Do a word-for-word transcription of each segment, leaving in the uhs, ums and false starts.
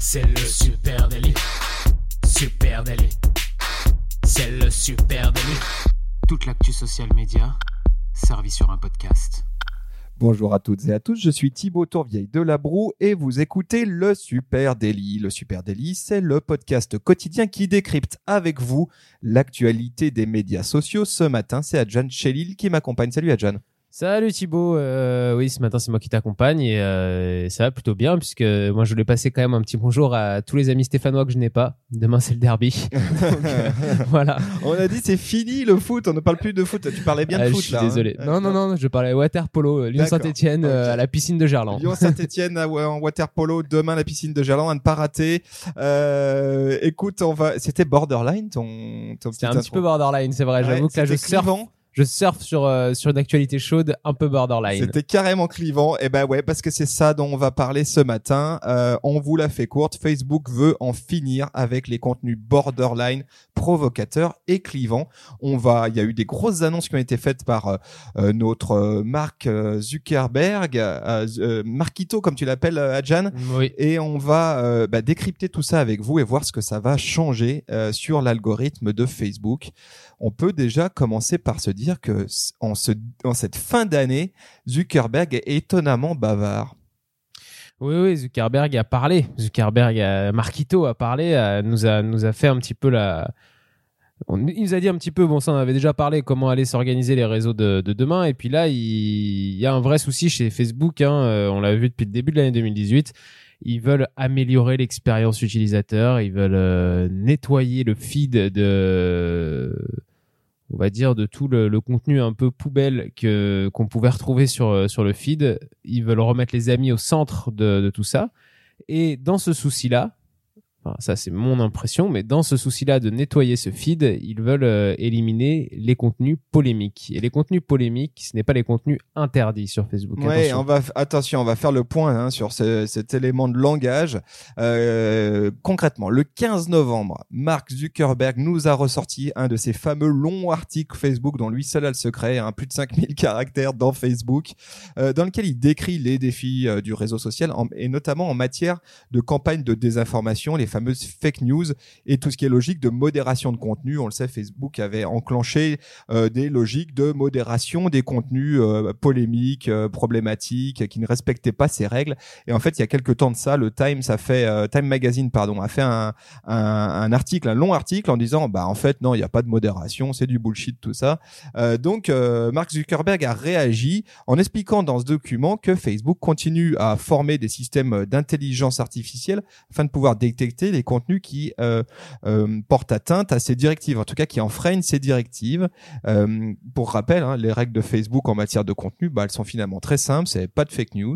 C'est le super délit. Super délit. C'est le super délit. Toute l'actu social média servie sur un podcast. Bonjour à toutes et à tous, je suis Thibaut Tourvieille de La Broue et vous écoutez le Super Daily. Le Super Daily, c'est le podcast quotidien qui décrypte avec vous l'actualité des médias sociaux. Ce matin, c'est Adjan Chelil qui m'accompagne. Salut Adjan. Salut Thibaut, euh, oui ce matin c'est moi qui t'accompagne et euh, ça va plutôt bien puisque moi je voulais passer quand même un petit bonjour à tous les amis stéphanois que je n'ai pas. Demain c'est le derby. Donc, euh, voilà. On a dit c'est fini le foot, on ne parle plus de foot. Tu parlais bien de ah, foot je suis là. Désolé. Hein. Non non non, je parlais water polo, Lyon Saint-Etienne okay. euh, à la piscine de Gerland. Lyon Saint-Etienne en water polo, demain la piscine de Gerland, à ne pas rater. Euh, écoute, on va. C'était borderline ton. ton C'était un intro. petit peu borderline, c'est vrai. J'avoue ouais, que là je surfe. Je surfe sur euh, sur une actualité chaude, un peu borderline. C'était carrément clivant. Et ben ouais, parce que c'est ça dont on va parler ce matin. Euh, on vous l'a fait courte. Facebook veut en finir avec les contenus borderline, provocateurs et clivants. On va, il y a eu des grosses annonces qui ont été faites par euh, notre euh, Mark Zuckerberg, euh, euh, Marquito comme tu l'appelles, Adjan. Oui. Et on va euh, bah, décrypter tout ça avec vous et voir ce que ça va changer euh, sur l'algorithme de Facebook. On peut déjà commencer par se dire que en, ce, en cette fin d'année, Zuckerberg est étonnamment bavard. Oui, oui, Zuckerberg a parlé. Zuckerberg, a, Marquito a parlé, a, nous a nous a fait un petit peu la. On, il nous a dit un petit peu, bon ça on avait déjà parlé, comment allaient s'organiser les réseaux de, de demain. Et puis là, il, il y a un vrai souci chez Facebook. Hein, euh, on l'a vu depuis le début de l'année deux mille dix-huit. Ils veulent améliorer l'expérience utilisateur. Ils veulent euh, nettoyer le feed de, on va dire, de tout le, le contenu un peu poubelle que qu'on pouvait retrouver sur sur le feed. Ils veulent remettre les amis au centre de, de tout ça. Et dans ce souci-là, enfin, ça c'est mon impression, mais dans ce souci-là de nettoyer ce feed, ils veulent euh, éliminer les contenus polémiques. Et les contenus polémiques, ce n'est pas les contenus interdits sur Facebook. Ouais, attention. on va attention, on va faire le point hein, sur ce, cet élément de langage. Euh, concrètement, le quinze novembre, Mark Zuckerberg nous a ressorti un de ces fameux longs articles Facebook dont lui seul a le secret, hein, plus de cinq mille caractères dans Facebook, euh, dans lequel il décrit les défis euh, du réseau social en, et notamment en matière de campagne de désinformation, les fameuses fake news et tout ce qui est logique de modération de contenu. On le sait, Facebook avait enclenché euh, des logiques de modération des contenus euh, polémiques, euh, problématiques, qui ne respectaient pas ces règles. Et en fait, il y a quelques temps de ça, le Times a fait, euh, Time Magazine, pardon, a fait un, un, un article, un long article en disant, bah en fait non, il n'y a pas de modération, c'est du bullshit tout ça. Euh, donc, euh, Mark Zuckerberg a réagi en expliquant dans ce document que Facebook continue à former des systèmes d'intelligence artificielle afin de pouvoir détecter les contenus qui euh, euh, portent atteinte à ces directives, en tout cas qui enfreignent ces directives. Euh, pour rappel, hein, les règles de Facebook en matière de contenu, bah, elles sont finalement très simples, c'est pas de fake news,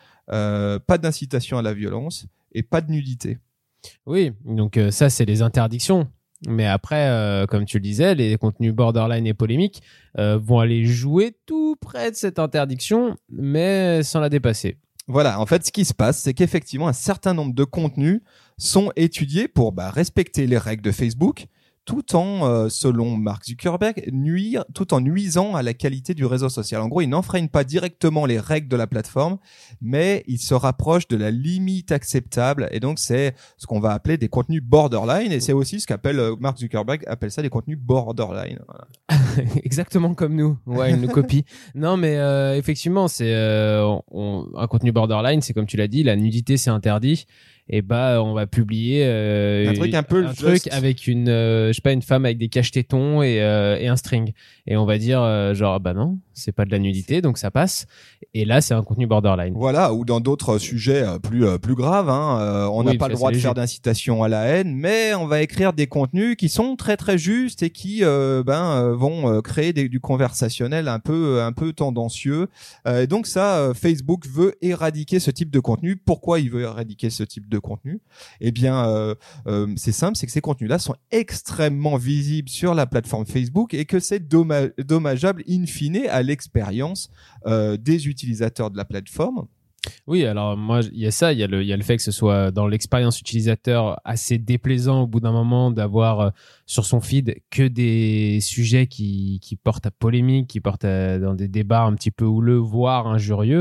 euh, pas d'incitation à la violence et pas de nudité. Oui, donc euh, ça c'est les interdictions. Mais après, euh, comme tu le disais, les contenus borderline et polémiques euh, vont aller jouer tout près de cette interdiction, mais sans la dépasser. Voilà, en fait, ce qui se passe, c'est qu'effectivement, un certain nombre de contenus sont étudiés pour bah, respecter les règles de Facebook, tout en, euh, selon Mark Zuckerberg, nuire, tout en nuisant à la qualité du réseau social. En gros, il n'enfreigne pas directement les règles de la plateforme, mais il se rapproche de la limite acceptable. Et donc, c'est ce qu'on va appeler des contenus borderline. Et c'est aussi ce qu'appelle euh, Mark Zuckerberg appelle ça des contenus borderline. Voilà. Exactement comme nous. Ouais, une copie. Non, mais euh, effectivement, c'est euh, on, un contenu borderline, c'est comme tu l'as dit, la nudité c'est interdit. Et bah on va publier euh, un truc un peu un juste... truc avec une euh, je sais pas une femme avec des cache-tétons et euh, et un string et on va dire euh, genre bah non c'est pas de la nudité donc ça passe et là c'est un contenu borderline. Voilà, ou dans d'autres sujets plus plus graves hein, euh, on n'a oui, pas le droit de faire d'incitation à la haine, mais on va écrire des contenus qui sont très très justes et qui euh, ben euh, vont euh, créer des, du conversationnel un peu un peu tendancieux. Euh, et donc ça euh, Facebook veut éradiquer ce type de contenu. Pourquoi il veut éradiquer ce type de contenu? Eh bien euh, euh, c'est simple, c'est que ces contenus-là sont extrêmement visibles sur la plateforme Facebook et que c'est dommage, dommageable in fine à l'expérience euh, des utilisateurs de la plateforme. Oui, alors moi, il y a ça, il y a le, il y a le fait que ce soit dans l'expérience utilisateur assez déplaisant au bout d'un moment d'avoir euh, sur son feed que des sujets qui, qui portent à polémique, qui portent à, dans des débats un petit peu houleux, voire injurieux.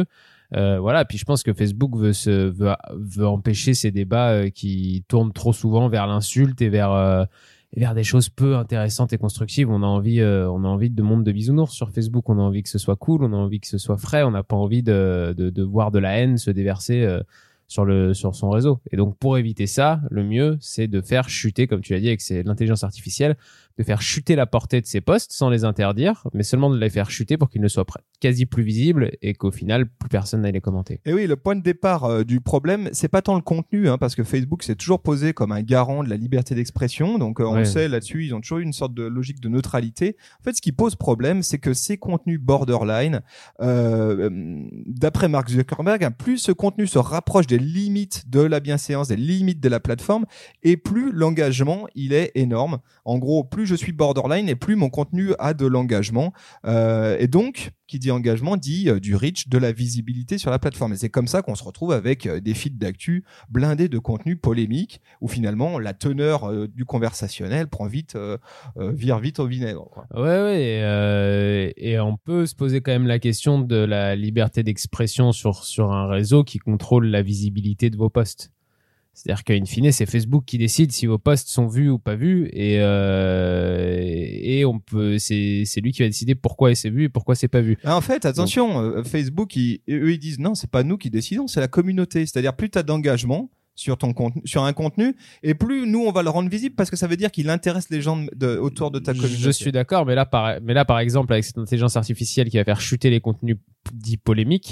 Euh, voilà. Puis je pense que Facebook veut se veut, veut empêcher ces débats euh, qui tournent trop souvent vers l'insulte et vers euh, et vers des choses peu intéressantes et constructives. On a envie, euh, on a envie de monde de bisounours sur Facebook. On a envie que ce soit cool. On a envie que ce soit frais. On n'a pas envie de, de, de voir de la haine se déverser euh, sur le, sur son réseau. Et donc, pour éviter ça, le mieux, c'est de faire chuter, comme tu l'as dit, avec c'est l'intelligence artificielle, de faire chuter la portée de ces posts sans les interdire, mais seulement de les faire chuter pour qu'ils ne soient quasi plus visibles et qu'au final, plus personne n'aille les commenter. Et oui, le point de départ euh, du problème, c'est pas tant le contenu, hein, parce que Facebook s'est toujours posé comme un garant de la liberté d'expression. Donc, euh, on Ouais. le sait, là-dessus, ils ont toujours eu une sorte de logique de neutralité. En fait, ce qui pose problème, c'est que ces contenus borderline, euh, d'après Mark Zuckerberg, hein, plus ce contenu se rapproche des limites de la bienséance, des limites de la plateforme, et plus l'engagement, il est énorme. En gros, plus je suis borderline et plus mon contenu a de l'engagement. Euh, et donc, qui dit engagement dit euh, du reach, de la visibilité sur la plateforme. Et c'est comme ça qu'on se retrouve avec euh, des feeds d'actu blindés de contenu polémique, où finalement la teneur euh, du conversationnel prend vite, euh, euh, vire vite au vinaigre, quoi. Ouais, ouais, et, euh, et on peut se poser quand même la question de la liberté d'expression sur, sur un réseau qui contrôle la visibilité de vos posts. C'est-à-dire qu'in fine, c'est Facebook qui décide si vos posts sont vus ou pas vus, et euh, et on peut, c'est c'est lui qui va décider pourquoi c'est vu et pourquoi c'est pas vu. Ah, en fait, attention, euh, Facebook, ils, eux, ils disent non, c'est pas nous qui décidons, c'est la communauté. C'est-à-dire plus t'as d'engagement sur ton contenu, sur un contenu, et plus nous on va le rendre visible parce que ça veut dire qu'il intéresse les gens de, autour de ta communauté. Je suis d'accord, mais là, par, mais là, par exemple, avec cette intelligence artificielle qui va faire chuter les contenus dits polémiques,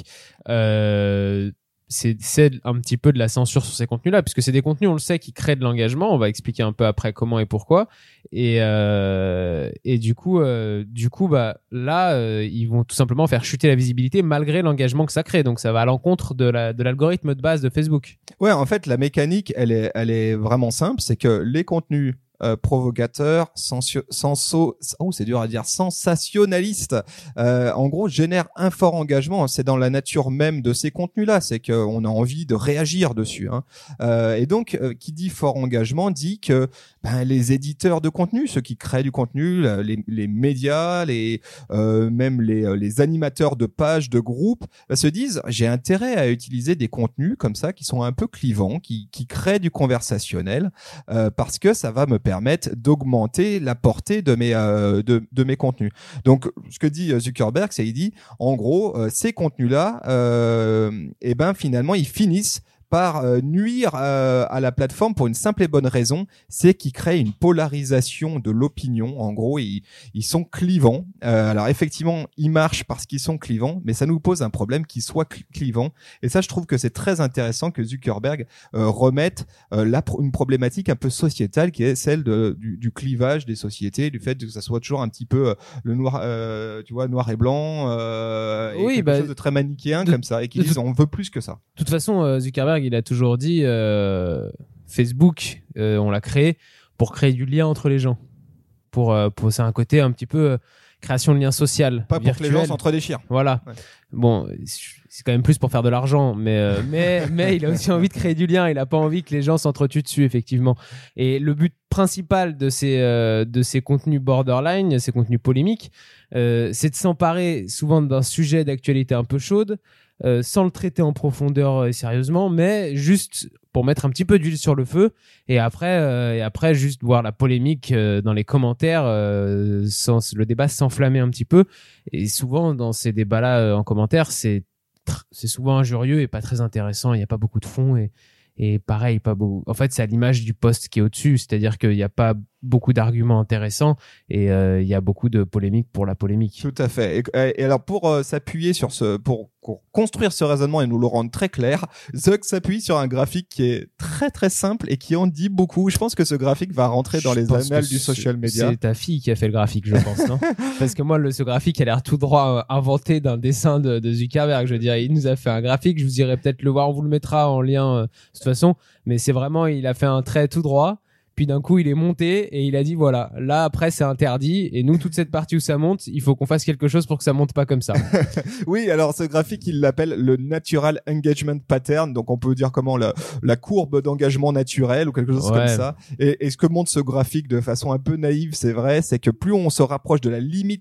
euh, c'est, c'est un petit peu de la censure sur ces contenus-là, puisque c'est des contenus, on le sait, qui créent de l'engagement. On va expliquer un peu après comment et pourquoi. Et, euh, et du coup, euh, du coup, bah, là, euh, ils vont tout simplement faire chuter la visibilité malgré l'engagement que ça crée. Donc, ça va à l'encontre de la, de l'algorithme de base de Facebook. Ouais, en fait, la mécanique, elle est, elle est vraiment simple. C'est que les contenus Euh, provocateur, sensio- senso, oh, c'est dur à dire, sensationnaliste, euh, en gros, génère un fort engagement. C'est dans la nature même de ces contenus-là, c'est qu'on a envie de réagir dessus, hein. Euh, et donc, euh, qui dit fort engagement dit que ben, les éditeurs de contenu, ceux qui créent du contenu, les, les médias, les, euh, même les, les animateurs de pages, de groupes, ben, se disent j'ai intérêt à utiliser des contenus comme ça qui sont un peu clivants, qui, qui créent du conversationnel, euh, parce que ça va me permettre d'augmenter la portée de mes euh, de, de mes contenus. Donc ce que dit Zuckerberg, c'est il dit en gros euh, ces contenus-là, euh, et ben finalement ils finissent par euh, nuire euh, à la plateforme pour une simple et bonne raison, c'est qu'ils créent une polarisation de l'opinion. En gros, ils, ils sont clivants. Euh, alors effectivement, ils marchent parce qu'ils sont clivants, mais ça nous pose un problème qu'ils soient cl- clivants. Et ça, je trouve que c'est très intéressant que Zuckerberg euh, remette euh, la pro- une problématique un peu sociétale qui est celle de, du, du clivage des sociétés, du fait que ça soit toujours un petit peu euh, le noir, euh, tu vois, noir et blanc, euh, et Oui, quelque bah, chose de très manichéen de- comme ça, et qui de disent toute- on veut plus que ça. De toute façon, euh, Zuckerberg, il a toujours dit euh, Facebook, euh, on l'a créé pour créer du lien entre les gens. Pour, euh, pour c'est un côté un petit peu euh, création de lien social. Pas pour virtuel. que les gens s'entre-déchirent. Voilà. Ouais. Bon, c'est quand même plus pour faire de l'argent, mais euh, mais mais il a aussi envie de créer du lien. Il a pas envie que les gens s'entretuent dessus, effectivement. Et le but principal de ces euh, de ces contenus borderline, ces contenus polémiques, euh, c'est de s'emparer souvent d'un sujet d'actualité un peu chaude, euh, sans le traiter en profondeur et sérieusement, mais juste pour mettre un petit peu d'huile sur le feu, et après euh, et après juste voir la polémique euh, dans les commentaires, euh, sans le débat s'enflammer un petit peu. Et souvent dans ces débats-là euh, en commentaire, c'est tr- c'est souvent injurieux et pas très intéressant. Il y a pas beaucoup de fond, et et pareil, pas beaucoup. En fait, c'est à l'image du post qui est au-dessus, c'est-à-dire qu'il n'y a pas beaucoup d'arguments intéressants, et euh, il y a beaucoup de polémiques pour la polémique. Tout à fait. Et, et alors pour euh, s'appuyer sur ce, pour, pour construire ce raisonnement et nous le rendre très clair, Zuck s'appuie sur un graphique qui est très très simple et qui en dit beaucoup. Je pense que ce graphique va rentrer dans Je les pense annales que du c'est- social media. C'est ta fille qui a fait le graphique, je pense, non? Parce que moi, le, ce graphique a l'air tout droit euh, inventé d'un dessin de, de Zuckerberg. Je veux dire, il nous a fait un graphique. Je vous irai peut-être le voir. On vous le mettra en lien euh, de toute façon. Mais c'est vraiment, il a fait un trait tout droit. Puis d'un coup, il est monté et il a dit voilà, là après c'est interdit, et nous toute cette partie où ça monte, il faut qu'on fasse quelque chose pour que ça monte pas comme ça. Oui, alors ce graphique, il l'appelle le Natural Engagement Pattern. Donc on peut dire comment la, la courbe d'engagement naturel ou quelque chose Ouais. comme ça. Et, et ce que montre ce graphique de façon un peu naïve, c'est vrai, c'est que plus on se rapproche de la limite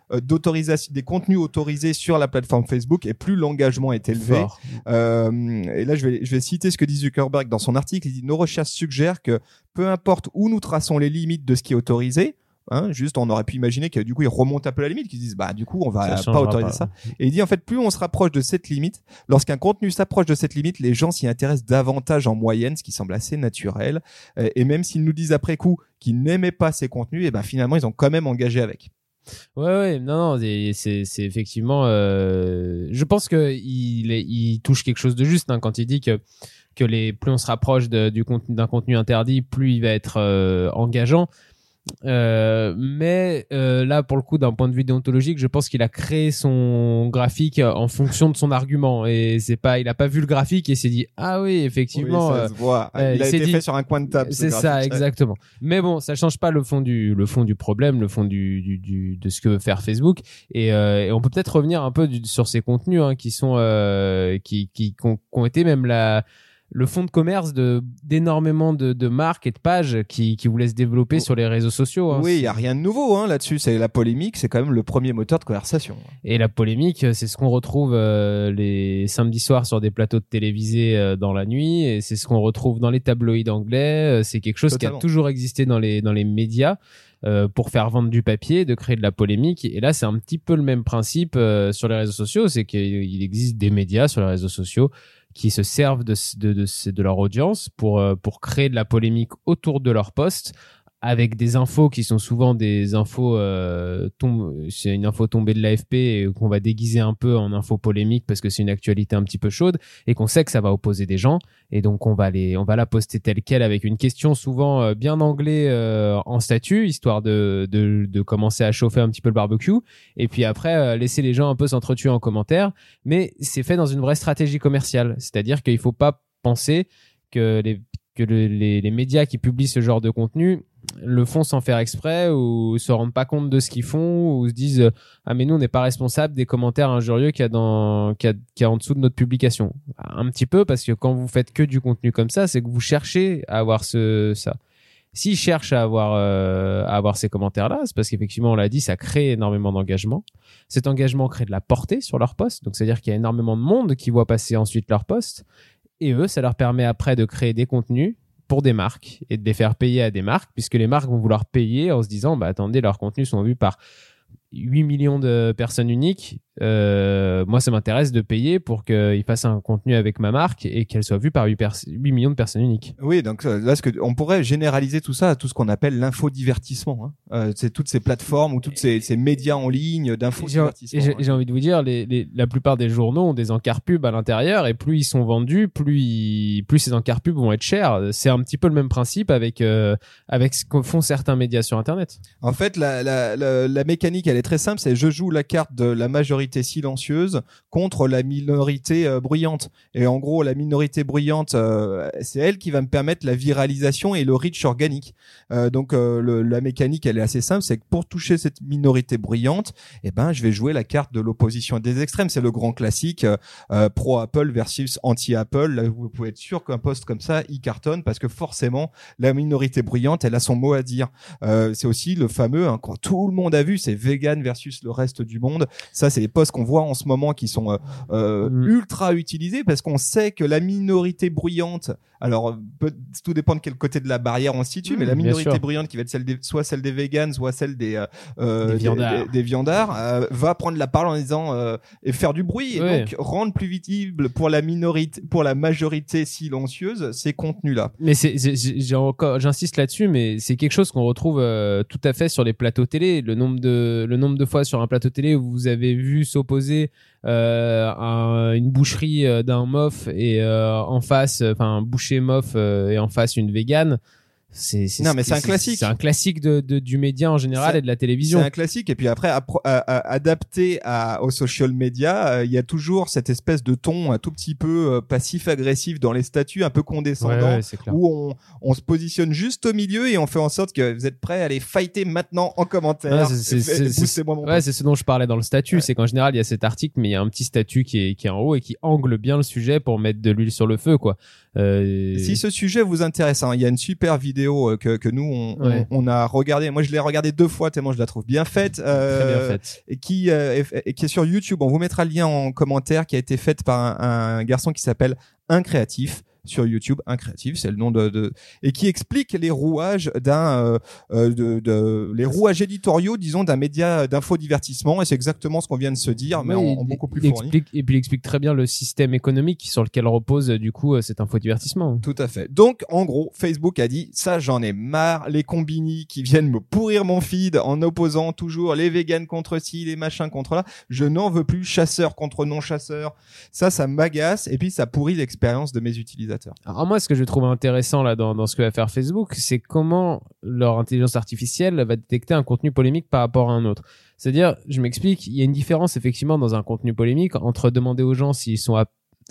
euh, d'autorisation, des contenus autorisés sur la plateforme Facebook et plus l'engagement est élevé. Euh, et là, je vais, je vais citer ce que dit Zuckerberg dans son article. Il dit, nos recherches suggèrent que peu importe où nous traçons les limites de ce qui est autorisé, Hein, juste, on aurait pu imaginer que du coup, ils remontent un peu la limite, qu'ils disent, bah, du coup, on va pas autoriser pas. ça. Et il dit, en fait, plus on se rapproche de cette limite, lorsqu'un contenu s'approche de cette limite, les gens s'y intéressent davantage en moyenne, ce qui semble assez naturel. Et même s'ils nous disent après coup qu'ils n'aimaient pas ces contenus, et ben, finalement, ils ont quand même engagé avec. Ouais, ouais, non, non, c'est, c'est effectivement, euh, je pense que il, il touche quelque chose de juste, hein, quand il dit que, que les, plus on se rapproche de, du contenu, d'un contenu interdit, plus il va être euh, engageant. Euh, mais euh, là pour le coup d'un point de vue déontologique je pense qu'il a créé son graphique en fonction de son argument et c'est pas il a pas vu le graphique et s'est dit ah oui effectivement oui, ça euh, se voit. il euh, a été dit, fait sur un coin de table c'est ça exactement mais bon ça change pas le fond du le fond du problème le fond du, du, du de ce que veut faire Facebook et, euh, et on peut peut-être revenir un peu du, sur ces contenus hein, qui sont euh, qui qui qui ont, qui ont été même la le fond de commerce de d'énormément de, de marques et de pages qui qui voulaient se développer oh. sur les réseaux sociaux. Hein. Oui, il y a rien de nouveau hein, là-dessus. C'est la polémique, c'est quand même le premier moteur de conversation. Et la polémique, c'est ce qu'on retrouve euh, les samedis soirs sur des plateaux de télévisés euh, dans la nuit, et c'est ce qu'on retrouve dans les tabloïds anglais. C'est quelque chose Totalement. qui a toujours existé dans les dans les médias. Euh, pour faire vendre du papier, de créer de la polémique. Et là, c'est un petit peu le même principe euh, sur les réseaux sociaux, c'est qu'il existe des médias sur les réseaux sociaux qui se servent de, de, de, de leur audience pour, euh, pour créer de la polémique autour de leur post avec des infos qui sont souvent des infos euh, tombe, c'est une info tombée de l'A F P et qu'on va déguiser un peu en info polémique parce que c'est une actualité un petit peu chaude et qu'on sait que ça va opposer des gens et donc on va les on va la poster telle quelle avec une question souvent euh, bien anglais euh, en statut histoire de de de commencer à chauffer un petit peu le barbecue et puis après euh, laisser les gens un peu s'entretuer en commentaire, mais c'est fait dans une vraie stratégie commerciale, c'est-à-dire qu'il faut pas penser que les que le, les les médias qui publient ce genre de contenu le font sans faire exprès ou se rendent pas compte de ce qu'ils font ou se disent ah mais nous on n'est pas responsable des commentaires injurieux qu'il y a dans qu'il y a, qu'il y a en dessous de notre publication. Un petit peu parce que quand vous faites que du contenu comme ça, c'est que vous cherchez à avoir ce ça. S'ils cherchent à avoir euh, à avoir ces commentaires là, c'est parce qu'effectivement on l'a dit, ça crée énormément d'engagement. Cet engagement crée de la portée sur leur post, donc c'est à dire qu'il y a énormément de monde qui voit passer ensuite leur post et eux ça leur permet après de créer des contenus pour des marques et de les faire payer à des marques puisque les marques vont vouloir payer en se disant bah attendez, leurs contenus sont vus par huit millions de personnes uniques, euh, moi ça m'intéresse de payer pour qu'ils fassent un contenu avec ma marque et qu'elle soit vue par huit, pers- huit millions de personnes uniques. Oui, donc là ce que on pourrait généraliser tout ça à tout ce qu'on appelle l'infodivertissement, hein. Euh, c'est toutes ces plateformes ou toutes ces, ces médias en ligne d'infodivertissement. J'ai, j'ai envie de vous dire, les, les, la plupart des journaux ont des encarts pubs à l'intérieur et plus ils sont vendus, plus ils, plus ces encarts pubs vont être chers. C'est un petit peu le même principe avec euh, avec ce que font certains médias sur Internet. En fait, la, la, la, la mécanique elle est très simple, c'est je joue la carte de la majorité silencieuse contre la minorité euh, bruyante. Et en gros, la minorité bruyante, euh, c'est elle qui va me permettre la viralisation et le reach organique. Euh, donc euh, le, la mécanique elle est assez simple, c'est que pour toucher cette minorité bruyante, eh ben je vais jouer la carte de l'opposition des extrêmes. C'est le grand classique euh, pro Apple versus anti Apple. Là, vous pouvez être sûr qu'un post comme ça il cartonne parce que forcément la minorité bruyante elle a son mot à dire. Euh, c'est aussi le fameux hein, quand tout le monde a vu, c'est vegan versus le reste du monde. Ça c'est les posts qu'on voit en ce moment qui sont euh, euh, mmh. ultra utilisés parce qu'on sait que la minorité bruyante, alors peut, tout dépend de quel côté de la barrière on se situe, mmh, mais la minorité bruyante qui va être celle des, soit celle des vegans, soit celle des euh, des viandards, des, des viandards euh, va prendre la parole en disant euh, et faire du bruit et ouais. donc rendre plus visible pour la minorité, pour la majorité silencieuse ces contenus là. Mais c'est, c'est j'ai encore, j'insiste là-dessus, mais c'est quelque chose qu'on retrouve euh, tout à fait sur les plateaux télé. Le nombre de le nombre de fois sur un plateau télé où vous avez vu s'opposer euh, un, une boucherie euh, d'un mof et euh, en face, enfin un boucher mof euh, et en face une végane. C'est, c'est, non mais c'est, c'est un classique. C'est un classique de, de du média en général c'est, et de la télévision. C'est un classique et puis après à, à, à, adapté à, aux social media, euh, il y a toujours cette espèce de ton un tout petit peu euh, passif-agressif dans les statuts, un peu condescendant, ouais, ouais, où on, on se positionne juste au milieu et on fait en sorte que vous êtes prêts à aller fighter maintenant en commentaire. Ouais, c'est, c'est, c'est, c'est, ouais, c'est ce dont je parlais dans le statut, ouais. C'est qu'en général il y a cet article mais il y a un petit statut qui est qui est en haut et qui angle bien le sujet pour mettre de l'huile sur le feu quoi. Euh... Si ce sujet vous intéresse, hein, il y a une super vidéo que que nous on, ouais. on, on a regardé. Moi, je l'ai regardée deux fois tellement je la trouve bien faite. Euh, Très bien faite. Et qui euh, est, et qui est sur YouTube. On vous mettra le lien en commentaire, qui a été faite par un, un garçon qui s'appelle Un Créatif. Sur YouTube, Un Créatif, c'est le nom de, de et qui explique les rouages d'un euh, de, de les rouages éditoriaux, disons, d'un média d'infodivertissement, et c'est exactement ce qu'on vient de se dire, mais oui, en, en beaucoup plus il fourni. Explique, et puis il explique très bien le système économique sur lequel repose du coup cet infodivertissement. Tout à fait. Donc en gros, Facebook a dit ça, j'en ai marre, les combini qui viennent me pourrir mon feed en opposant toujours les vegans contre ci, les machins contre là. Je n'en veux plus, chasseurs contre non chasseurs. Ça, ça m'agace, et puis ça pourrit l'expérience de mes utilisateurs. Alors moi, ce que je trouve intéressant là dans, dans ce que va faire Facebook, c'est comment leur intelligence artificielle va détecter un contenu polémique par rapport à un autre. C'est-à-dire, je m'explique, il y a une différence effectivement dans un contenu polémique entre demander aux gens s'ils sont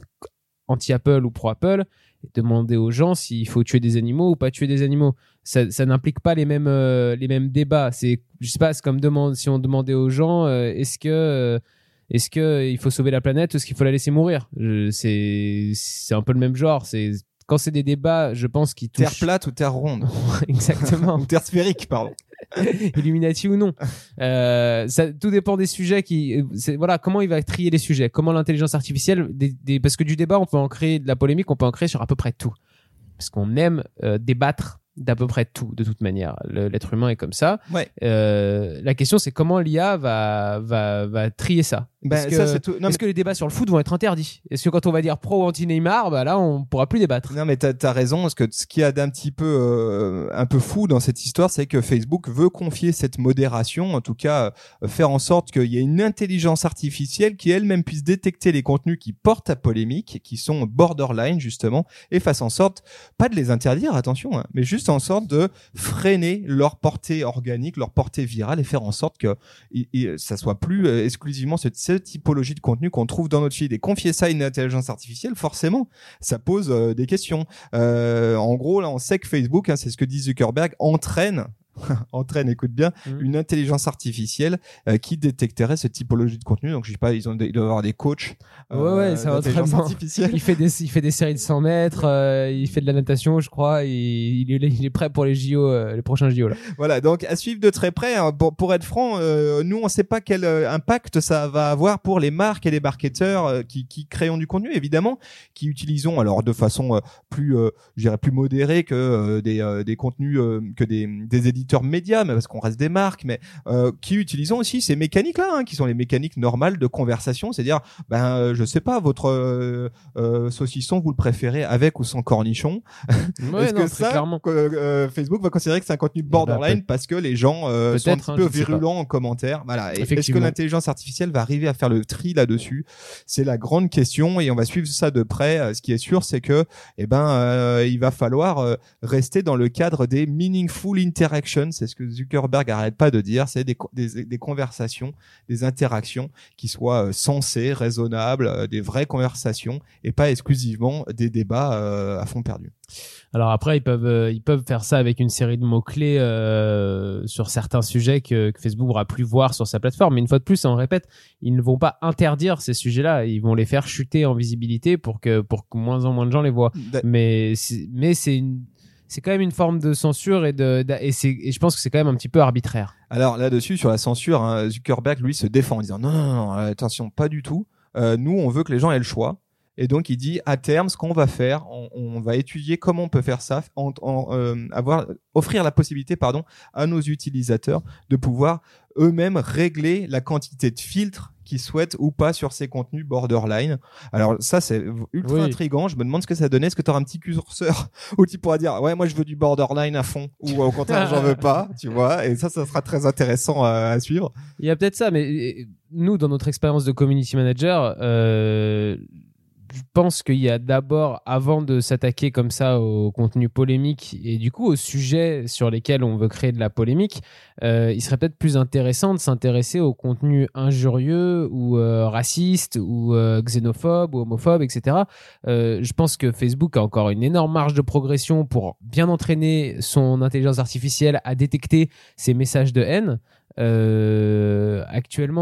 anti-Apple ou pro-Apple et demander aux gens s'il faut tuer des animaux ou pas tuer des animaux. Ça, ça n'implique pas les mêmes euh, les mêmes débats. C'est, je sais pas, c'est comme demande, si on demandait aux gens, euh, est-ce que euh, Est-ce que il faut sauver la planète ou est-ce qu'il faut la laisser mourir? Je, c'est, c'est un peu le même genre. C'est, quand c'est des débats, je pense, qui touchent... Terre plate ou terre ronde. Exactement. Ou terre sphérique, pardon. Illuminati ou non. Euh, ça, tout dépend des sujets qui, c'est, voilà, comment il va trier les sujets. Comment l'intelligence artificielle, des, des, parce que du débat, on peut en créer, de la polémique, on peut en créer sur à peu près tout. Parce qu'on aime euh, débattre d'à peu près tout, de toute manière. Le, l'être humain est comme ça. Ouais. Euh, la question, c'est comment l'I A va, va, va trier ça. Ben, est-ce que, ça, c'est tout... non, est-ce mais... que les débats sur le foot vont être interdits? Est-ce que quand on va dire pro ou anti-Neymar, bah là, on pourra plus débattre? Non, mais t'as, t'as raison, parce que ce qu'il y a d'un petit peu, euh, un peu fou dans cette histoire, c'est que Facebook veut confier cette modération, en tout cas, euh, faire en sorte qu'il y ait une intelligence artificielle qui elle-même puisse détecter les contenus qui portent à polémique, qui sont borderline, justement, et fasse en sorte, pas de les interdire, attention, hein, mais juste en sorte de freiner leur portée organique, leur portée virale, et faire en sorte que et, et, ça soit plus euh, exclusivement cette, cette typologie de contenu qu'on trouve dans notre feed. Et confier ça à une intelligence artificielle, forcément, ça pose euh, des questions. Euh, en gros, là, on sait que Facebook, hein, c'est ce que dit Zuckerberg, entraîne entraîne, écoute bien, mmh. une intelligence artificielle euh, qui détecterait cette typologie de contenu. Donc je sais pas, ils ont des, ils doivent avoir des coachs. Euh, ouais ouais, ça va très bien. Il fait des il fait des séries de cent mètres, euh, il fait de la natation, je crois, et il est il est prêt pour les J O, euh, les prochains J O là. Voilà, donc à suivre de très près. Hein, pour, pour être franc, euh, nous on sait pas quel euh, impact ça va avoir pour les marques et les marketeurs euh, qui qui créent du contenu, évidemment, qui utilisons alors de façon euh, plus euh, je dirais plus modérée que euh, des euh, des contenus euh, que des des éditeurs médias, mais parce qu'on reste des marques, mais euh, qui utilisons aussi ces mécaniques-là, hein, qui sont les mécaniques normales de conversation, c'est-à-dire, ben, euh, je sais pas, votre euh, euh, saucisson, vous le préférez avec ou sans cornichon? Ouais, Est-ce non, que ça, clairement. euh, Facebook va considérer que c'est un contenu borderline parce que les gens euh, sont un petit hein, peu virulents en commentaire, voilà. Et est-ce que l'intelligence artificielle va arriver à faire le tri là-dessus? C'est la grande question et on va suivre ça de près. Ce qui est sûr, c'est que, eh ben, euh, il va falloir euh, rester dans le cadre des meaningful interactions. C'est ce que Zuckerberg arrête pas de dire, c'est des, des, des conversations, des interactions qui soient euh, sensées, raisonnables, euh, des vraies conversations et pas exclusivement des débats euh, à fond perdu. Alors après, ils peuvent euh, ils peuvent faire ça avec une série de mots clés euh, sur certains sujets que, que Facebook n'aura plus voir sur sa plateforme. Mais une fois de plus, on répète, ils ne vont pas interdire ces sujets-là, ils vont les faire chuter en visibilité pour que pour que moins en moins de gens les voient. D- mais c'est, mais c'est une c'est quand même une forme de censure et de, de et, c'est, et je pense que c'est quand même un petit peu arbitraire. Alors là-dessus, sur la censure, hein, Zuckerberg, lui, se défend en disant non, non, non, attention, pas du tout. Euh, nous, on veut que les gens aient le choix. Et donc, il dit, à terme, ce qu'on va faire, on, on va étudier comment on peut faire ça, en, en, euh, avoir, offrir la possibilité, pardon, à nos utilisateurs de pouvoir eux-mêmes régler la quantité de filtres qu'ils souhaitent ou pas sur ces contenus borderline. Alors ça, c'est ultra oui. intriguant. Je me demande ce que ça donnait. Est-ce que tu auras un petit curseur où tu pourras dire, ouais, moi, je veux du borderline à fond, ou au contraire, j'en veux pas, tu vois. Et ça, ça sera très intéressant à, à suivre. Il y a peut-être ça, mais nous, dans notre expérience de community manager, euh, je pense qu'il y a d'abord, avant de s'attaquer comme ça au contenu polémique et du coup aux sujets sur lesquels on veut créer de la polémique, euh, il serait peut-être plus intéressant de s'intéresser au contenu injurieux ou euh, raciste ou euh, xénophobe ou homophobe, et cetera. Euh, je pense que Facebook a encore une énorme marge de progression pour bien entraîner son intelligence artificielle à détecter ces messages de haine. Euh, actuellement, nous,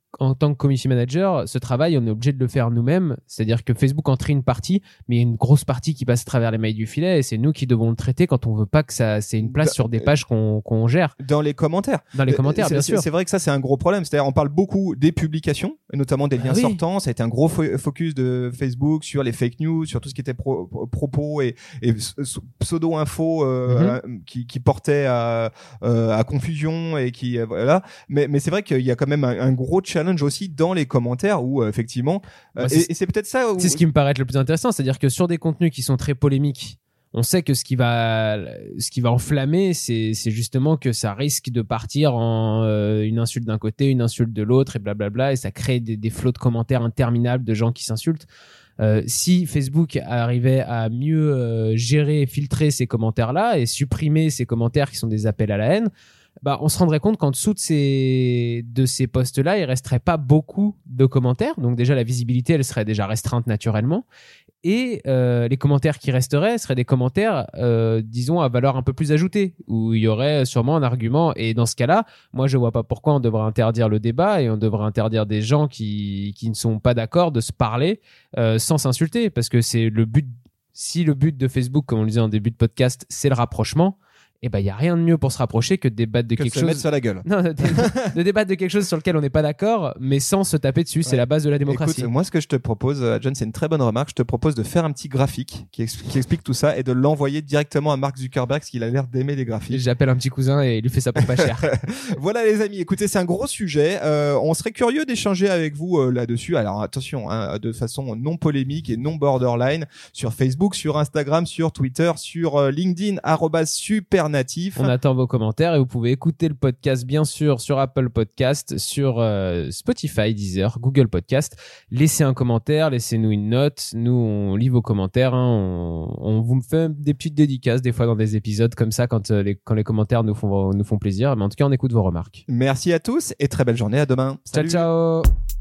en tant que community manager, ce travail, on est obligé de le faire nous-mêmes. C'est-à-dire que Facebook en trie une partie, mais il y a une grosse partie qui passe à travers les mailles du filet et c'est nous qui devons le traiter quand on veut pas que ça, c'est une place sur des pages qu'on, qu'on gère. Dans les commentaires. Dans les commentaires, c'est, bien c'est, sûr. C'est vrai que ça, c'est un gros problème. C'est-à-dire, on parle beaucoup des publications, et notamment des liens ah oui. sortants. Ça a été un gros fo- focus de Facebook sur les fake news, sur tout ce qui était pro- pro- propos et, et pseudo-info euh, mm-hmm. qui, qui portait à, euh, à confusion et qui, euh, voilà. Mais, mais c'est vrai qu'il y a quand même un, un gros challenge aussi dans les commentaires où, euh, effectivement, euh, bah, et, et c'est peut-être ça où... C'est ce qui me paraît être le plus intéressant. C'est-à-dire que sur des contenus qui sont très polémiques, on sait que ce qui va, ce qui va enflammer, c'est, c'est justement que ça risque de partir en euh, une insulte d'un côté, une insulte de l'autre et blablabla, et ça crée des, des flots de commentaires interminables de gens qui s'insultent. Euh, si Facebook arrivait à mieux euh, gérer et filtrer ces commentaires-là et supprimer ces commentaires qui sont des appels à la haine, bah, on se rendrait compte qu'en dessous de ces, de ces posts-là, il resterait pas beaucoup de commentaires. Donc déjà, la visibilité, elle serait déjà restreinte naturellement. Et euh, les commentaires qui resteraient seraient des commentaires, euh, disons, à valeur un peu plus ajoutée, où il y aurait sûrement un argument. Et dans ce cas-là, moi, je vois pas pourquoi on devrait interdire le débat et on devrait interdire des gens qui, qui ne sont pas d'accord de se parler euh, sans s'insulter. Parce que c'est le but, si le but de Facebook, comme on le disait en début de podcast, c'est le rapprochement, et ben il y a rien de mieux pour se rapprocher que de débattre de que quelque se chose. mettre sur la gueule. Non, de, de débattre de quelque chose sur lequel on n'est pas d'accord, mais sans se taper dessus. Ouais. C'est la base de la démocratie. Écoute, moi, ce que je te propose, John, c'est une très bonne remarque. Je te propose de faire un petit graphique qui, ex- qui explique tout ça et de l'envoyer directement à Mark Zuckerberg, parce qu'il a l'air d'aimer les graphiques. Et j'appelle un petit cousin et il lui fait ça pour pas cher. Voilà, les amis. Écoutez, c'est un gros sujet. Euh, on serait curieux d'échanger avec vous euh, là-dessus. Alors attention, hein, de façon non polémique et non borderline, sur Facebook, sur Instagram, sur Twitter, sur euh, LinkedIn, arobase supernatif. On attend vos commentaires et vous pouvez écouter le podcast bien sûr sur Apple Podcast, sur euh, Spotify, Deezer, Google Podcast. Laissez un commentaire, laissez-nous une note. Nous, on lit vos commentaires. Hein. On, on vous fait des petites dédicaces des fois dans des épisodes comme ça quand, euh, les, quand les commentaires nous font, nous font plaisir. Mais en tout cas, on écoute vos remarques. Merci à tous et très belle journée. À demain. Ciao, Salut. ciao.